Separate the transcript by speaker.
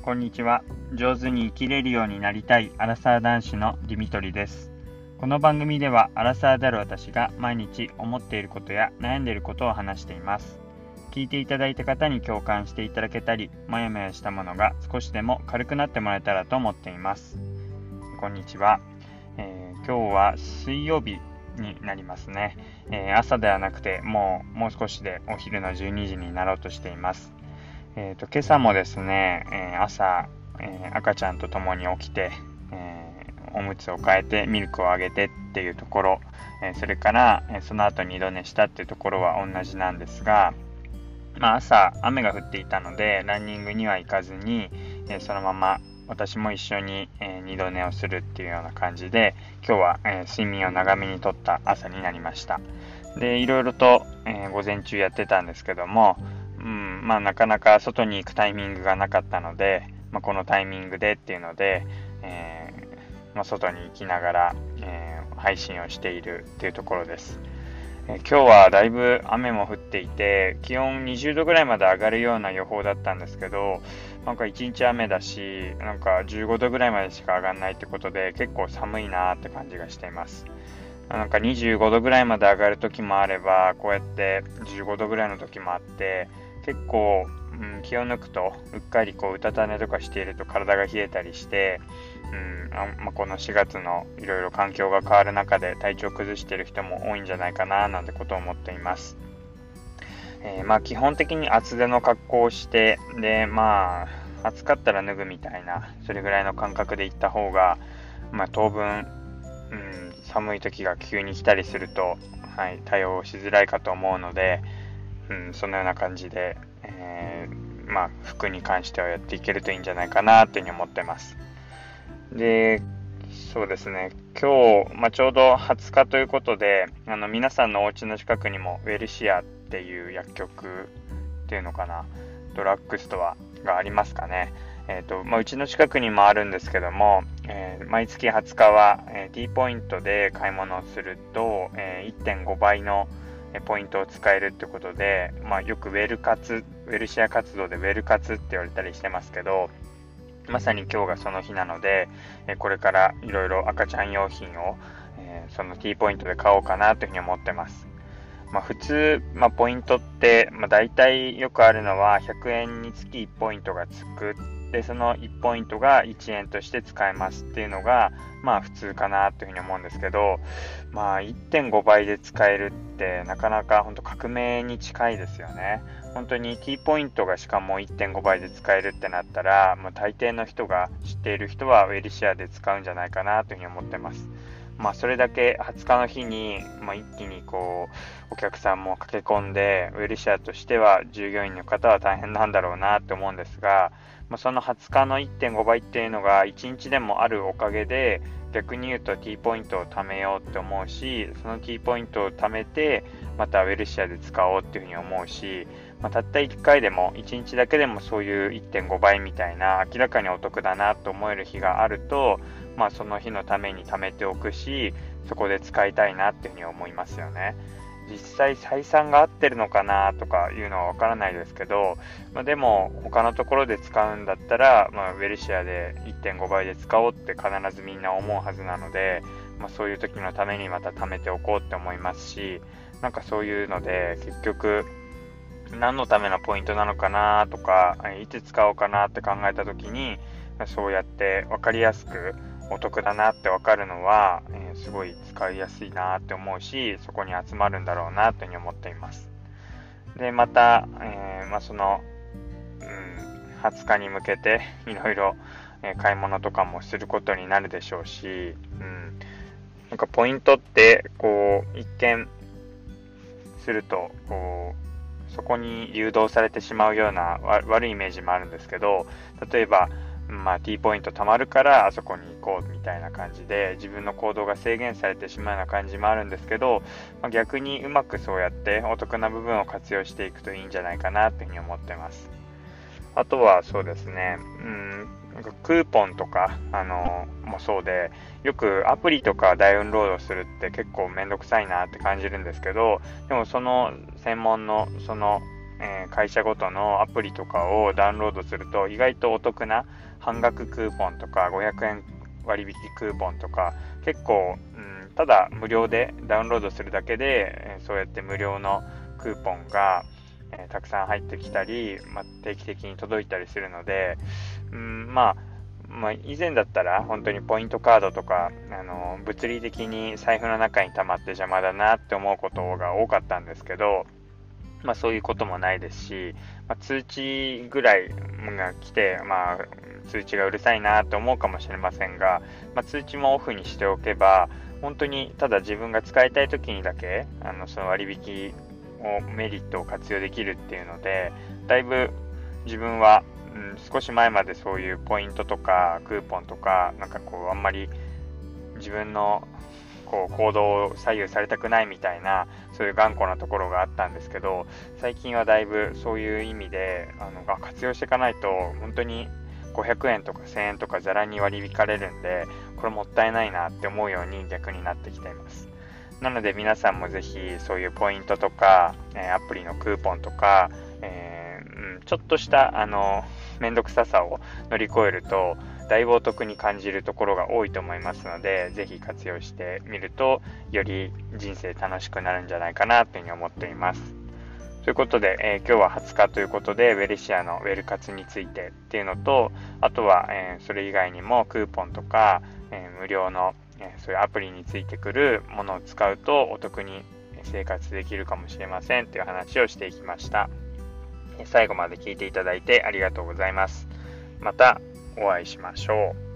Speaker 1: こんにちは。上手に生きれるようになりたいアラサー男子のディミトリです。この番組ではアラサーである私が毎日思っていることや悩んでいることを話しています。聞いていただいた方に共感していただけたり、もやもやしたものが少しでも軽くなってもらえたらと思っています。こんにちは。今日は水曜日になりますね。朝ではなくてもう少しでお昼の12時になろうとしています。今朝もですね、朝、赤ちゃんと共に起きて、おむつを替えてミルクをあげてっていうところ、それから、その後に二度寝したっていうところは同じなんですが、朝雨が降っていたのでランニングには行かずに、そのまま私も一緒に、二度寝をするっていうような感じで今日は、睡眠を長めにとった朝になりました。で、いろいろと、午前中やってたんですけども、なかなか外に行くタイミングがなかったので、このタイミングでっていうので、外に行きながら、配信をしているっていうところです。今日はだいぶ雨も降っていて気温20度ぐらいまで上がるような予報だったんですけど、1日雨だし15度ぐらいまでしか上がらないってことで結構寒いなって感じがしています。25度ぐらいまで上がる時もあればこうやって15度ぐらいの時もあって結構、気を抜くとうっかりうたた寝とかしていると体が冷えたりして、この4月のいろいろ環境が変わる中で体調を崩している人も多いんじゃないかななんてことを思っています。基本的に厚手の格好をしてで暑かったら脱ぐみたいなそれぐらいの感覚で行った方が、当分、寒い時が急に来たりすると、対応しづらいかと思うので、そのような感じで、服に関してはやっていけるといいんじゃないかなというふうに思ってます。で、そうですね、今日、ちょうど20日ということで皆さんのお家の近くにもウェルシアっていう薬局っていうのかな、ドラッグストアがありますかね。うちの近くにもあるんですけども、毎月20日は、T ポイントで買い物をすると、1.5 倍のポイントを使えるってことで、よくウェルシア活動でウェル活って言われたりしてますけど、まさに今日がその日なので、これからいろいろ赤ちゃん用品を、その T ポイントで買おうかなというふうに思ってます。普通、ポイントって、大体よくあるのは100円につき1ポイントがつく。で、その1ポイントが1円として使えますっていうのが、普通かなというふうに思うんですけど、1.5 倍で使えるってなかなか本当革命に近いですよね。本当に T ポイントがしかも 1.5 倍で使えるってなったら、大抵の人が知っている人はウェルシアで使うんじゃないかなというふうに思ってます。それだけ20日の日に、一気にお客さんも駆け込んでウェルシアとしては従業員の方は大変なんだろうなと思うんですが、その20日の 1.5 倍っていうのが1日でもあるおかげで逆に言うと T ポイントを貯めようって思うし、その T ポイントを貯めてまたウェルシアで使おうっていうふうに思うし、たった1回でも1日だけでもそういう 1.5 倍みたいな明らかにお得だなと思える日があると、その日のために貯めておくし、そこで使いたいなっていうふうに思いますよね。実際採算が合ってるのかなとかいうのはわからないですけど、でも他のところで使うんだったら、ウェルシアで 1.5 倍で使おうって必ずみんな思うはずなので、そういう時のためにまた貯めておこうって思いますし、そういうので結局何のためのポイントなのかなとかいつ使おうかなって考えた時にそうやって分かりやすくお得だなって分かるのは、すごい使いやすいなって思うし、そこに集まるんだろうなというふうに思っています。で、また、その、20日に向けていろいろ買い物とかもすることになるでしょうし、ポイントって一見するとそこに誘導されてしまうような悪いイメージもあるんですけど、例えばT ポイント貯まるからあそこに行こうみたいな感じで自分の行動が制限されてしまうような感じもあるんですけど、逆にうまくそうやってお得な部分を活用していくといいんじゃないかなというふうに思ってます。あとはそうですね、クーポンとかもそうで、よくアプリとかダウンロードするって結構めんどくさいなって感じるんですけど、でもその専門のその会社ごとのアプリとかをダウンロードすると意外とお得な半額クーポンとか500円割引クーポンとか結構、ただ無料でダウンロードするだけで、そうやって無料のクーポンが、たくさん入ってきたり、定期的に届いたりするので、以前だったら本当にポイントカードとか物理的に財布の中に溜まって邪魔だなって思うことが多かったんですけど、そういうこともないですし、通知ぐらいが来て、通知がうるさいなと思うかもしれませんが、通知もオフにしておけば本当にただ自分が使いたい時にだけその割引メリットを活用できるっていうので、だいぶ自分は、少し前までそういうポイントとかクーポンとかあんまり自分の行動を左右されたくないみたいな、そういう頑固なところがあったんですけど、最近はだいぶそういう意味で活用していかないと本当に500円とか1000円とかざらに割り引かれるんで、これもったいないなって思うように逆になってきています。なので皆さんもぜひそういうポイントとかアプリのクーポンとか、ちょっとしためんどくささを乗り越えるとだいぶお得に感じるところが多いと思いますので、ぜひ活用してみるとより人生楽しくなるんじゃないかなというふうに思っています。ということで、今日は20日ということでウェルシアのウェル活についてっていうのと、あとは、それ以外にもクーポンとか、無料の、そういうアプリについてくるものを使うとお得に生活できるかもしれませんという話をしていきました。最後まで聞いていただいてありがとうございます。またお会いしましょう。